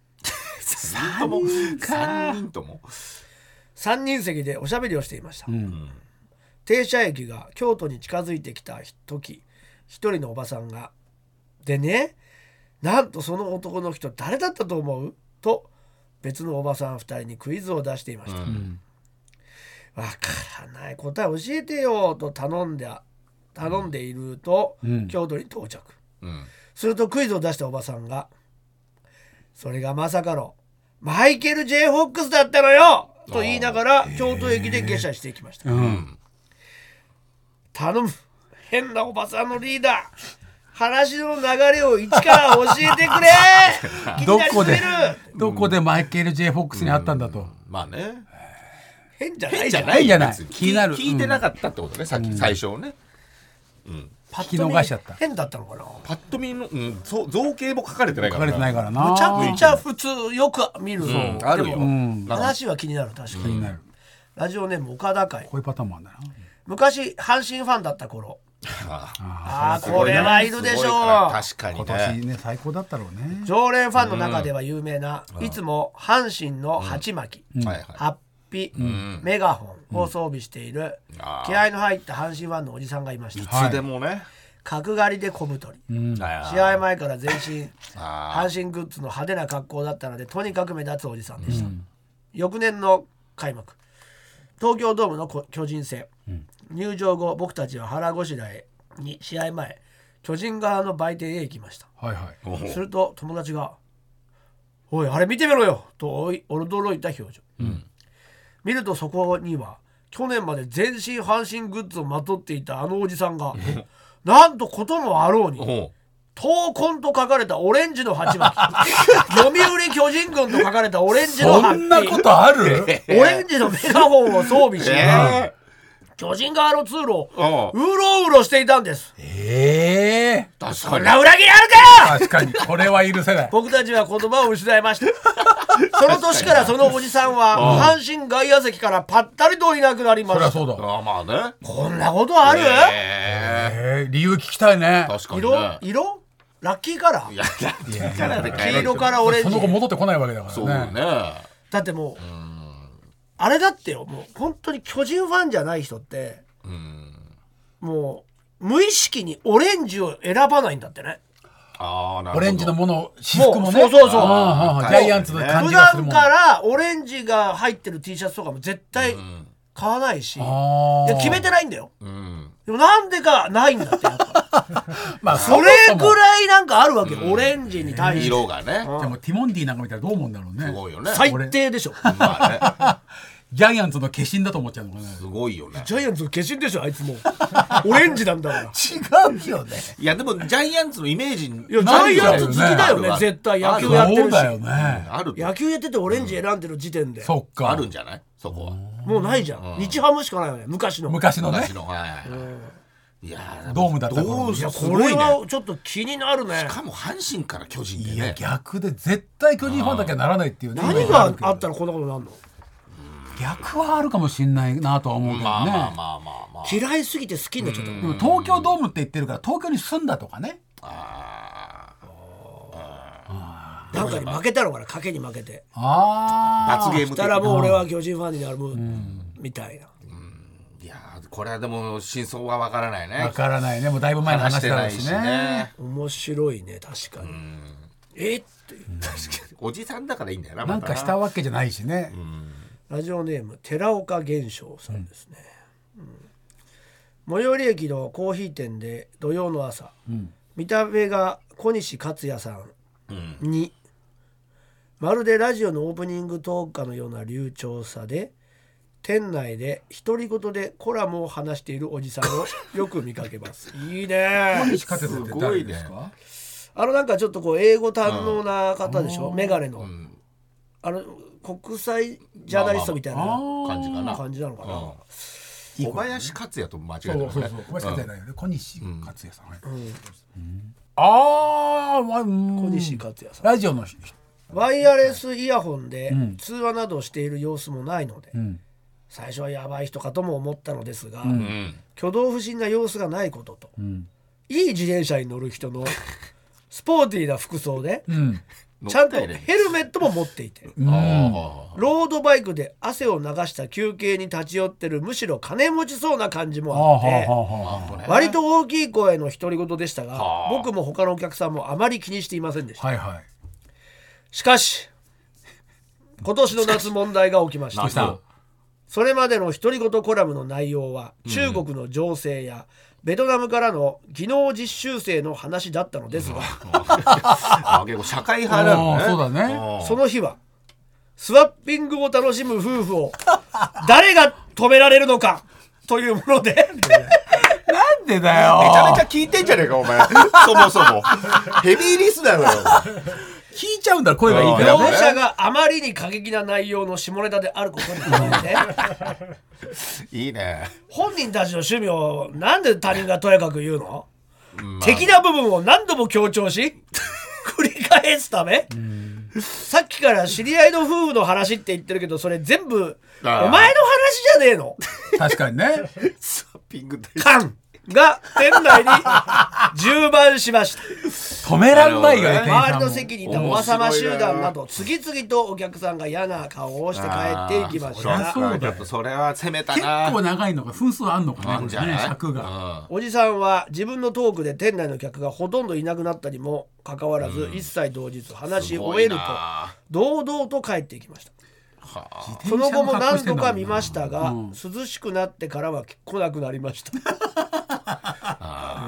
3人とも 3人席でおしゃべりをしていました。停車駅が京都に近づいてきた時一人のおばさんがでねなんとその男の人誰だったと思うと別のおばさん2人にクイズを出していました。わからない答え教えてよと頼んでいると、京都に到着、するとクイズを出したおばさんがそれがまさかのマイケル・ J ・フォックスだったのよと言いながら京都駅で下車していきました。頼む変なおばさんのリーダー話の流れを一から教えてくれどこでマイケル・ J ・フォックスにあったんだと。 まあね変じゃない気になる聞いてなかったってことね最初ね。 聞き逃しちゃった。 変だったのかな。 パッと見の造形も書かれてないからな。 むちゃくちゃ普通よく見る。 あるよ。 話は気になる確かに。ラジオネーム岡田会。 こういうパターンもあるんだな。 昔阪神ファンだった頃。これはいるでしょう。 確かに今年ね最高だったろうね。 常連ファンの中では有名ないつも阪神の鉢巻き、ハッピー、メガホンを装備している気合の入った阪神ファンのおじさんがいました。 いつでもね角刈りで小太り、試合前から全身阪神グッズの派手な格好だったのでとにかく目立つおじさんでした。翌年の開幕東京ドームの巨人戦、入場後僕たちは腹ごしらえに試合前巨人側の売店へ行きました。すると友達がおいあれ見てみろよと驚いた表情、見るとそこには去年まで全身阪神グッズをまとっていたあのおじさんがなんとこともあろうに闘魂と書かれたオレンジの鉢巻き読売巨人軍と書かれたオレンジのそハッピーんなことあるオレンジのメガホンを装備し、巨人側の通路をうろうろしていたんです。 確そんな裏切りあるか。 確かにこれは許せない。 僕たちは言葉を失いました。その年からそのおじさんは阪神外野席からぱったりといなくなりました。 そりゃそうだ。 まあね。 こんなことある？ 理由聞きたいね。 確かにね。 色ラッキーカラー。 いやラッキーカラーで黄色からオレンジ。 その後戻ってこないわけだからね。 そうね。 だってもうあれだってよ、もう本当に巨人ファンじゃない人って、もう無意識にオレンジを選ばないんだってね。 なるほど。 オレンジのもの私服もね。 そうジャイアンツの感じがするもん。 普段からオレンジが入ってる T シャツとかも絶対買わないし、いや決めてないんだよ。でもなんでかないんだってやっぱまあそれぐらいなんかあるわけよ、オレンジに対して色がね。 でもティモンディなんか見たらどう思うんだろうね。 すごいよね。 最低でしょ。 ジャイアンツの化身だと思っちゃうのかな。 すごいよね。 ジャイアンツの化身でしょあいつもオレンジなんだから違うよね。 いやでもジャイアンツのイメージ、いやジャイアンツ好きだよね絶対野球やってるし。 そうだよね。 ある。 野球やっててオレンジ選んでる時点でそっかあるんじゃないそこは。 もうないじゃん。日ハムしかないよね昔のね。 いやドームだった頃。 いやこれはちょっと気になるね。 しかも阪神から巨人でね。 いや逆で絶対巨人ファンだけはならないっていうね。 何があったらこんなことになるの？ 逆はあるかもしれないなとは思うけどね。 嫌いすぎて好きになっちゃった。 でも東京ドームって言ってるから東京に住んだとかね。 なんかに負けたのかな、賭けに負けて。 罰ゲームしたらもう俺は巨人ファンになるみたいな。 いやこれはでも真相は分からないね。 分からないね。もうだいぶ前の話だしね。 面白いね確かに。っていうおじさんだからいいんだよな。 なんかしたわけじゃないしね。 ラジオネーム寺岡源章さんですね。最寄り駅のコーヒー店で土曜の朝、見た目が小西克也さんに、まるでラジオのオープニングトークかのような流暢さで店内で独り言でコラムを話しているおじさんをよく見かけます。いいね。 小西克也って誰ですか？ なんかちょっとこう英語堪能な方でしょ。メガネの国際ジャーナリストみたいな感じなのかな。 小林克也と間違えたね。 小林克也だよね。小西克也さん。 小西克也さん。 ラジオのワイヤレスイヤホンで通話などをしている様子もないので、最初はやばい人かとも思ったのですが、挙動不審な様子がないことと、いい自転車に乗る人のスポーティーな服装で、ちゃんとヘルメットも持っていて、ロードバイクで汗を流した休憩に立ち寄ってるむしろ金持ちそうな感じもあって、割と大きい声の独り言でしたが、僕も他のお客さんもあまり気にしていませんでした。しかし今年の夏問題が起きました。それまでの独り言コラムの内容は中国の情勢やベトナムからの技能実習生の話だったのですが、 結構社会派なのね。 そうだね。 その日はスワッピングを楽しむ夫婦を誰が止められるのかというものでなんでだよ。 めちゃめちゃ聞いてんじゃねえかお前そもそもヘビーリスナーだよ。 聞いちゃうんだ声がいいからね。 描写があまりに過激な内容の下ネタであることに加えていいね。 本人たちの趣味をなんで他人がとやかく言うの？的な部分を何度も強調し繰り返すため、さっきから知り合いの夫婦の話って言ってるけど、それ全部お前の話じゃねえの？ 確かにね。 スワッピングカンが店内に充満しました。 止めらんないよね。 周りの席にいたおばさま集団など次々とお客さんが嫌な顔をして帰っていきました。 それは攻めたな。 結構長いのか分数あんのかね、尺が。 おじさんは自分のトークで店内の客がほとんどいなくなったにもかかわらず、一切同日話し終えると堂々と帰っていきました。その後も何度か見ましたが、涼しくなってからは来なくなりました。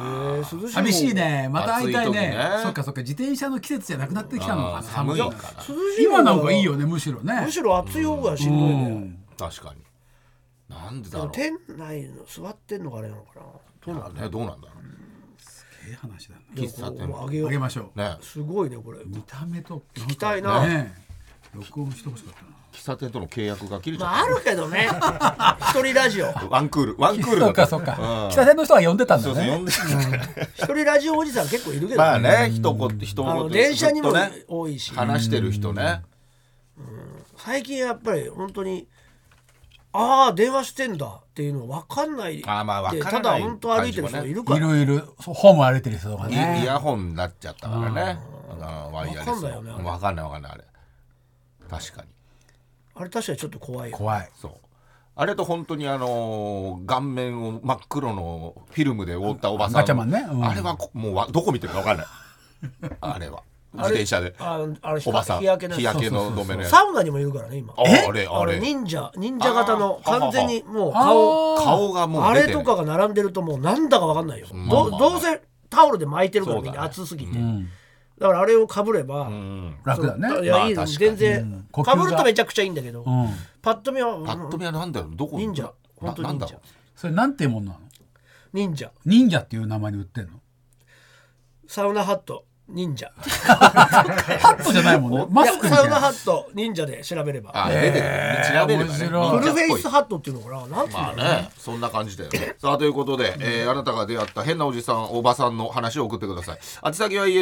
涼しい。 寂しいね。また会いたいね。 暑い時ねそっかそっか、自転車の季節じゃなくなってきたのかな。 寒いから。 今なんかいいよね、むしろね。 むしろ暑い方がしんどいね。 確かに。なんでだろう。 店内の座ってんのがあれなのかな。 どうなんだろう。 すげえ話だな。 喫茶店あげましょう。 ね。 すごいねこれ。 見た目と聞きたいな。 録音してほしかったな。 喫茶店との契約が切れちゃった。 あるけどね。一人ラジオ。 ワンクールそうかそうか。喫茶店の人は呼んでたんだね。 呼んでた。 一人ラジオおじさん結構いるけど。 まあね、人電車にも多いし。 話してる人ね。 最近やっぱり本当に電話してんだっていうの分かんない。 まあ分からない。 ただ本当歩いてる人いるから。 いる。ホーム歩いてる人がね。 イヤホンになっちゃったからね。ワイヤレス。 分かんないよね。 分かんないあれ。確かに。 あれ確かにちょっと怖いよ。 怖い。 そう。あれと本当に顔面を真っ黒のフィルムで覆ったおばさん。 ガチャマンね。 あれはもうどこ見てるか分かんない。あれは。自転車でおばさん日焼けの止めのやつ。 サウナにもいるからね今。 あれ忍者型の完全にもう顔がもうあれとかが並んでるともうなんだか分かんないよ。どうせタオルで巻いてるからみんな暑すぎて。だからあれをかぶれば楽だね。 いやいい全然かぶるとめちゃくちゃいいんだけど、パッと見はなんだよ。どこ忍者。本当に忍者。 それなんていうもんなの？ 忍者っていう名前に売ってんの？ サウナハット忍者。 ハットじゃないもんね。マスクみたいな。 サウナハット忍者で調べれば。 調べればね。 フルフェイスハットっていうのかな。なんていうのかな。 そんな感じだよね。さあということで、あなたが出会った変なおじさんおばさんの話を送ってください。宛先は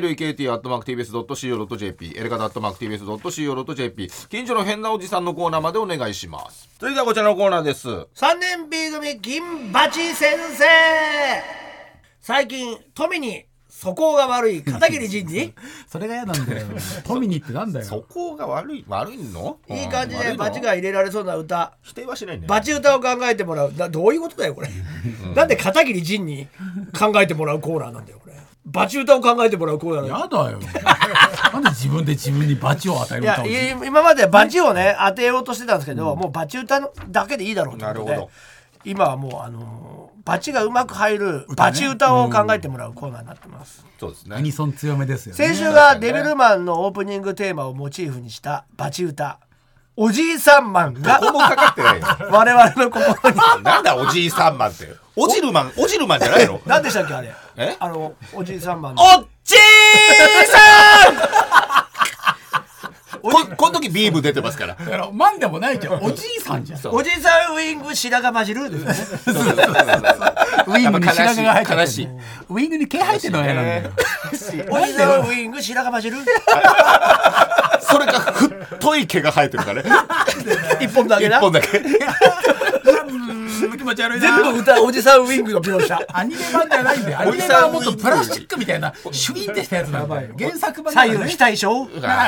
elekt@tbs.co.jp エレカタ@tbs.co.jp 近所の変なおじさんのコーナーまでお願いします。それではこちらのコーナーです。 3年 B 組銀バチ先生。最近富に素行が悪い片桐仁にそれが嫌なんだよ。富にってなんだよ。 素行が悪いの？ いい感じでバチが入れられそうな歌。 否定はしないね。 バチ歌を考えてもらう。どういうことだよこれ。なんで片桐仁に考えてもらうコーナーなんだよこれ。バチ歌を考えてもらうコーナー。 やだよ。なんで自分で自分にバチを与える歌を。 いや今までバチをね当てようとしてたんですけど、もうバチ歌だけでいいだろうと思って。今はもうバチがうまく入るバチ歌を考えてもらうコーナーになってます。 そうですね。 アニソン強めですよね。 先週がデビルマンのオープニングテーマをモチーフにしたバチ歌。おじいさんマンがどこもかかってないよ。 我々の心に。 なんだおじいさんマンって。おじるマンじゃないの？ 何でしたっけあれ。おじいさんマン。おじいさん。 この時ビーム出てますから。 マンでもないじゃん。おじいさんじゃん。 おじいさんウイング白髪混じるですよね。 ウイングに白髪が入ってる。 悲しい。 ウイングに毛入ってるのが嫌なんだよ。 おじいさんウイング白髪混じる。 それか太い毛が生えてるからね。 一本だけな。 一本だけ。 気持ち悪いな。 全部歌おじさんウイングの描写。 アニメ版じゃないんだよ。アニメ版はもっとプラスチックみたいなシュインってしたやつなんだよ。原作版左右非対称。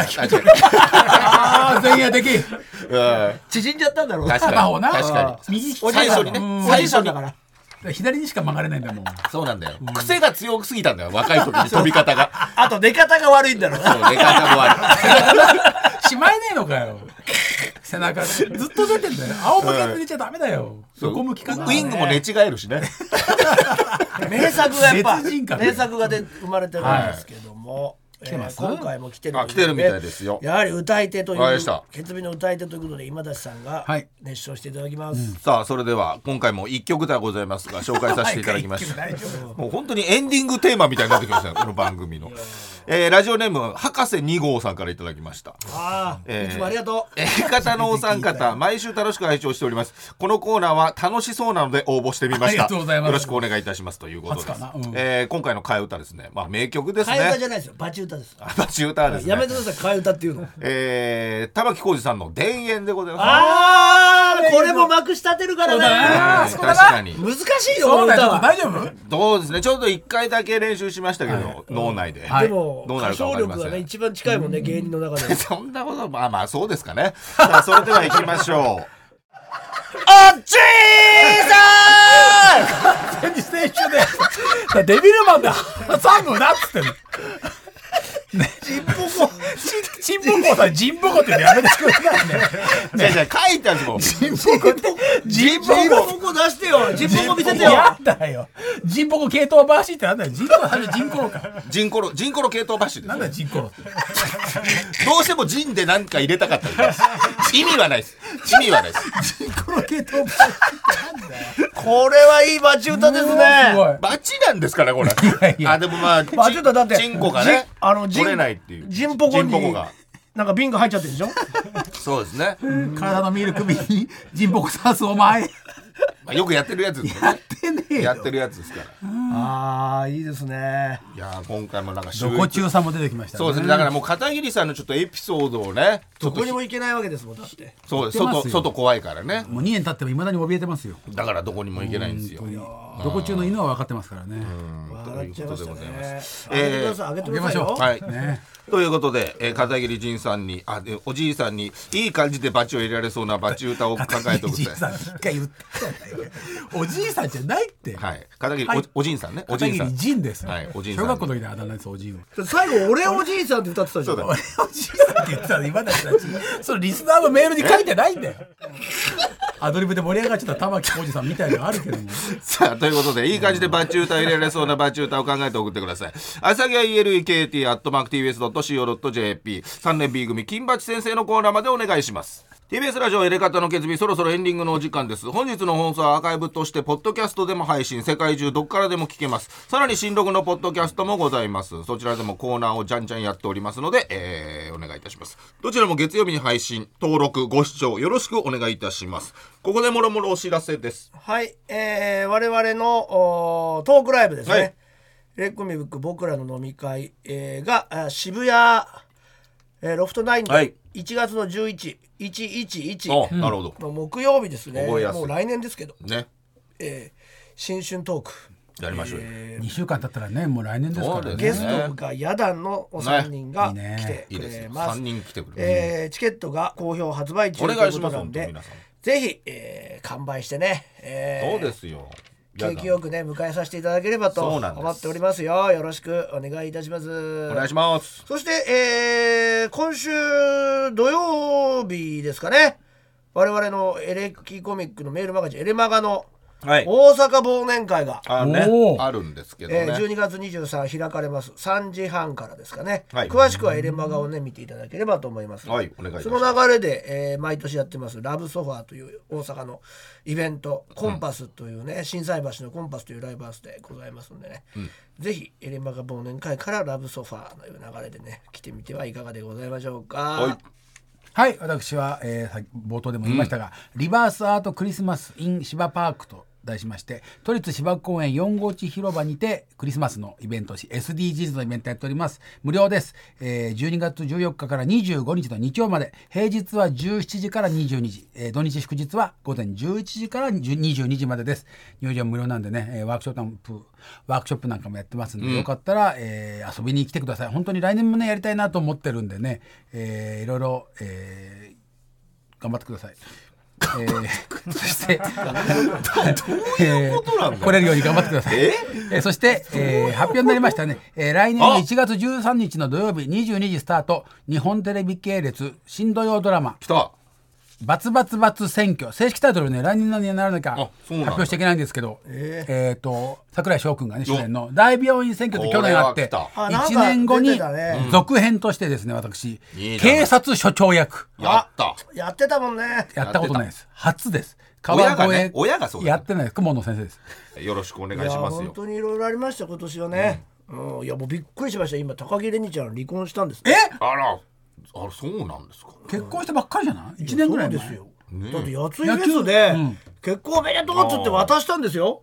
前夜的。 縮んじゃったんだろう。 確かに。最初にね。 最初だから。 左にしか曲がれないんだもん。 そうなんだよ。癖が強すぎたんだよ。若い時に飛び方が。 あと寝方が悪いんだろうな。 そう寝方も悪い。しまえねえのかよ。背中ずっと出てんだよ。仰向けに寝ちゃダメだよ。横向きかな。 ウイングも寝違えるしね。 名作がやっぱ名作が生まれてるんですけども。今回も来てるみたいですよ。 やはり歌い手という決意の歌い手ということで今田さんが熱唱していただきます。 さあそれでは今回も1曲ではございますが紹介させていただきました。もう本当にエンディングテーマみたいになってきましたよこの番組の。ラジオネーム博士2号さんからいただきました。 いつもありがとう。 方のお三方毎週楽しく拝聴しております。このコーナーは楽しそうなので応募してみました。よろしくお願いいたしますということです。今回の替え歌ですね。名曲ですね。 替え歌じゃないですよ。バチ歌です。 バチ歌ですね。 やめてください替え歌っていうの。 玉置浩二さんの田園でございます。 これもまくし立てるからな。 確かに難しいよこの歌は。 大丈夫？ そうですね。ちょうど1回だけ練習しましたけど脳内で。でも歌唱力がね一番近いもんね芸人の中で。 そんなことまあそうですかね。さあそれでは行きましょう。おじいさん。先週でデビルマンで挟むなっつってんの。 チンポコさんジンポコってやめてくださいね。 じゃ書いてあるんですもん。 ジンポコってジンポコ出してよ。ジンポコ見せてよ。 やだよ。ジンポコ系統バーシってなんだよ。ジンポコはジンコロか。 ジンコロ系統バッシュです。 なんだよジンコロ。 どうしてもジンで何か入れたかったんです。意味はないです。ジンコロ系統バーシってなんだよ。 これはいいバチ歌ですね。 バチなんですかねこれ。でもまあバチ歌だってチンコがね取れないっていう。 ジンポコにがなんか瓶が入っちゃってるでしょ。 そうですね。 体の見える首にジンポコ刺すお前。 よくやってるやつですね。 やってねえよ。 やってるやつですから。 いいですね。 いや今回もなんかどこ中さんも出てきましたね。 そうですね。だからもう片桐さんのちょっとエピソードをね、 どこにも行けないわけですもんだって。 そうです。外怖いからね。 もう2年経っても未だに怯えてますよ。 だからどこにも行けないんですよ。 どこ中の犬は分かってますからね。 笑っちゃいましたね。あげてあげましょう。 はい。ということで、片桐仁さんにおじいさんにいい感じでバチを入れられそうなバチ歌を考えておください。 一回言っておじいさんじゃないって。 はい。片桐おじいさんね。 片桐仁です。 はい。おじいさん。 小学校の時のあだ名です。おじいは。 最後俺おじいさんって歌ってたじゃん。 俺おじいさんって言ってたの今だけだし、そのリスナーのメールに書いてないんだよ。アドリブで盛り上がっちゃった玉木浩二さんみたいなのがあるけども。 さあということでいい感じでバチ歌を入れられそうなバチ歌を考えて送ってください。あさぎは elekt@tbs.co.jp 3年 B 組金バチ先生のコーナーまでお願いします。TBS ラジオエレカタの決意、そろそろエンディングのお時間です。本日の放送はアーカイブとしてポッドキャストでも配信、世界中どっからでも聞けます。さらに新録のポッドキャストもございます。そちらでもコーナーをじゃんじゃんやっておりますので、お願いいたします。どちらも月曜日に配信、登録ご視聴よろしくお願いいたします。ここでもろもろお知らせです。 はい、我々のトークライブですね、 はい、 レックミブック僕らの飲み会、が渋谷、ロフト9で1月の1111 なるほどの木曜日ですね。 覚えやすい。 もう来年ですけどね、 新春トークやりましょうよ。 2週間経ったらねもう来年ですからね。 ゲストが野団のお3人が来てくれます。 3人来てくれます。 チケットが好評発売中ということなんで、ぜひ、完売してね、 そうですよ、 景気よくね迎えさせていただければと思っておりますよ。よろしくお願いいたします。 お願いします。 そして、今週土曜日ですかね、我々のエレキコミックのメールマガジンエレマガの大阪忘年会が、 あるんですけどね、 12月23開かれます。3時半からですかね、 はい、 詳しくはエレマガをね見ていただければと思います。 はい、お願いします。 その流れで、毎年やってますラブソファーという大阪のイベント、コンパスというね、心斎橋のコンパスというライブハウスでございますんでね、ぜひエレマガ忘年会からラブソファーという流れでね来てみてはいかがでございましょうか。 はい、私は、冒頭でも言いましたが、リバースアートクリスマス in 芝パークと題しまして、都立芝公園4号地広場にてクリスマスのイベントし SDGs のイベントやっております。無料です。12月14日から25日の日曜まで、平日は17時から22時、土日祝日は午前11時から22時までです。入場無料なんでね、ワークショップなんかもやってますんで、よかったら、遊びに来てください。本当に来年もねやりたいなと思ってるんでね、いろいろ、頑張ってください。そしてどういうことなんだ、来れるように頑張ってください。そして、発表になりましたね、来年の1月13日の土曜日22時スタート、日本テレビ系列新土曜ドラマ来たバツバツバツ選挙、正式タイトルね来年何にならなきゃ発表しちゃいけないんですけど、櫻井翔くんがね主演の大病院選挙って去年あって、1年後に続編としてですね、私警察署長役やってたもんね。 やったことないです、初です。 親がそうやってないです。雲野先生です。 よろしくお願いしますよ。 本当にいろいろありました今年はね、いやもうびっくりしました。今高木レニちゃん離婚したんです。 あれそうなんですか。 結婚したばっかりじゃない？ 1 年ぐらい前ですよ、だってやついフェスで、結婚おめでとうっつって渡したんですよ。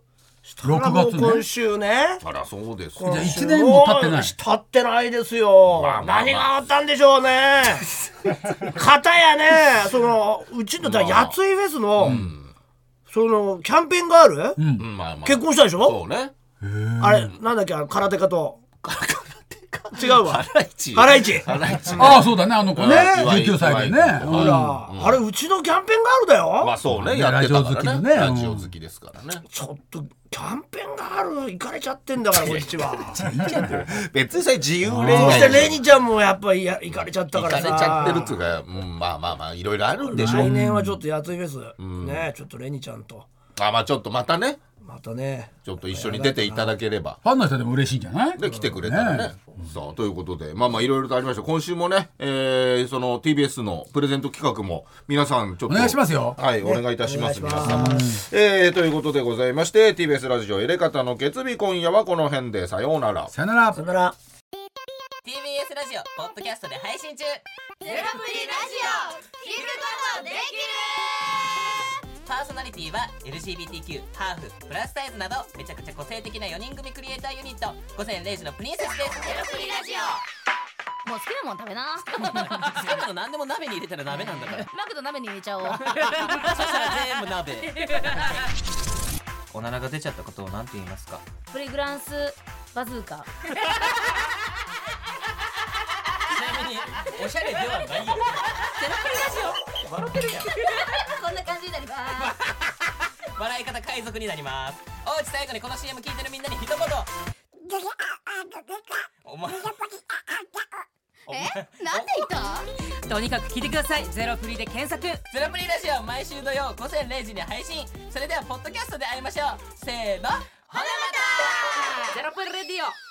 6月ね。 今週ね。 あらそうです。 じゃあ1年も経ってない。 経ってないですよ。何があったんでしょうね。片やね、そのうちのやついフェスの、そのキャンペーンガール、結婚したでしょ。 そうね。 あれなんだっけ、空手家と。違うわ。 ハライチ。 ああそうだね、あの子ね、19歳でね。 ほら、あれうちのキャンペーンガールだよ。 まあそうね、やってたからね。ラジオ好きですからね。 ちょっとキャンペーンがある行かれちゃってんだからこっちは別にそれ自由恋そして愛レニちゃんもやっぱり行かれちゃったからさ行かれちゃってるっつうか、まあいろいろあるんでしょ。 来年はちょっとやついフェス、ねちょっとレニちゃんとまあちょっとまたねちょっと一緒に出ていただければファンの人でも嬉しいんじゃない？ で来てくれたらね。さあということでまあいろいろとありました。今週もね、その TBS のプレゼント企画も皆さんちょっとお願いしますよ。 はい、お願いいたします皆様。ということでございまして TBS ラジオエレカタの決日今夜はこの辺でさようなら。 さよなら。 さよなら。 TBS ラジオポッドキャストで配信中。 ゼロプリラジオ聞くことできる。 パーソナリティは LGBTQ、ハーフ、プラスサイズなどめちゃくちゃ個性的な4人組クリエイターユニット午前0時のプリンセスです。 ゼロプリラジオもう好きなもん食べな好きなの何でも鍋に入れたら鍋なんだからマクド鍋に入れちゃおうそしたら全部鍋おならが出ちゃったことを何て言いますか？ プリグランスバズーカちなみにおしゃれではないよ。ゼロプリラジオ笑ってるやんこんな感じになります笑い方海賊になります。おうち最後にこの CM 聞いてるみんなに一言。お前なんで言った？ とにかく聞いてください。ゼロプリで検索。ゼロプリラジオ毎週土曜午前0時に配信。それではポッドキャストで会いましょう。せーの、ほなまた。ゼロプリレディオ。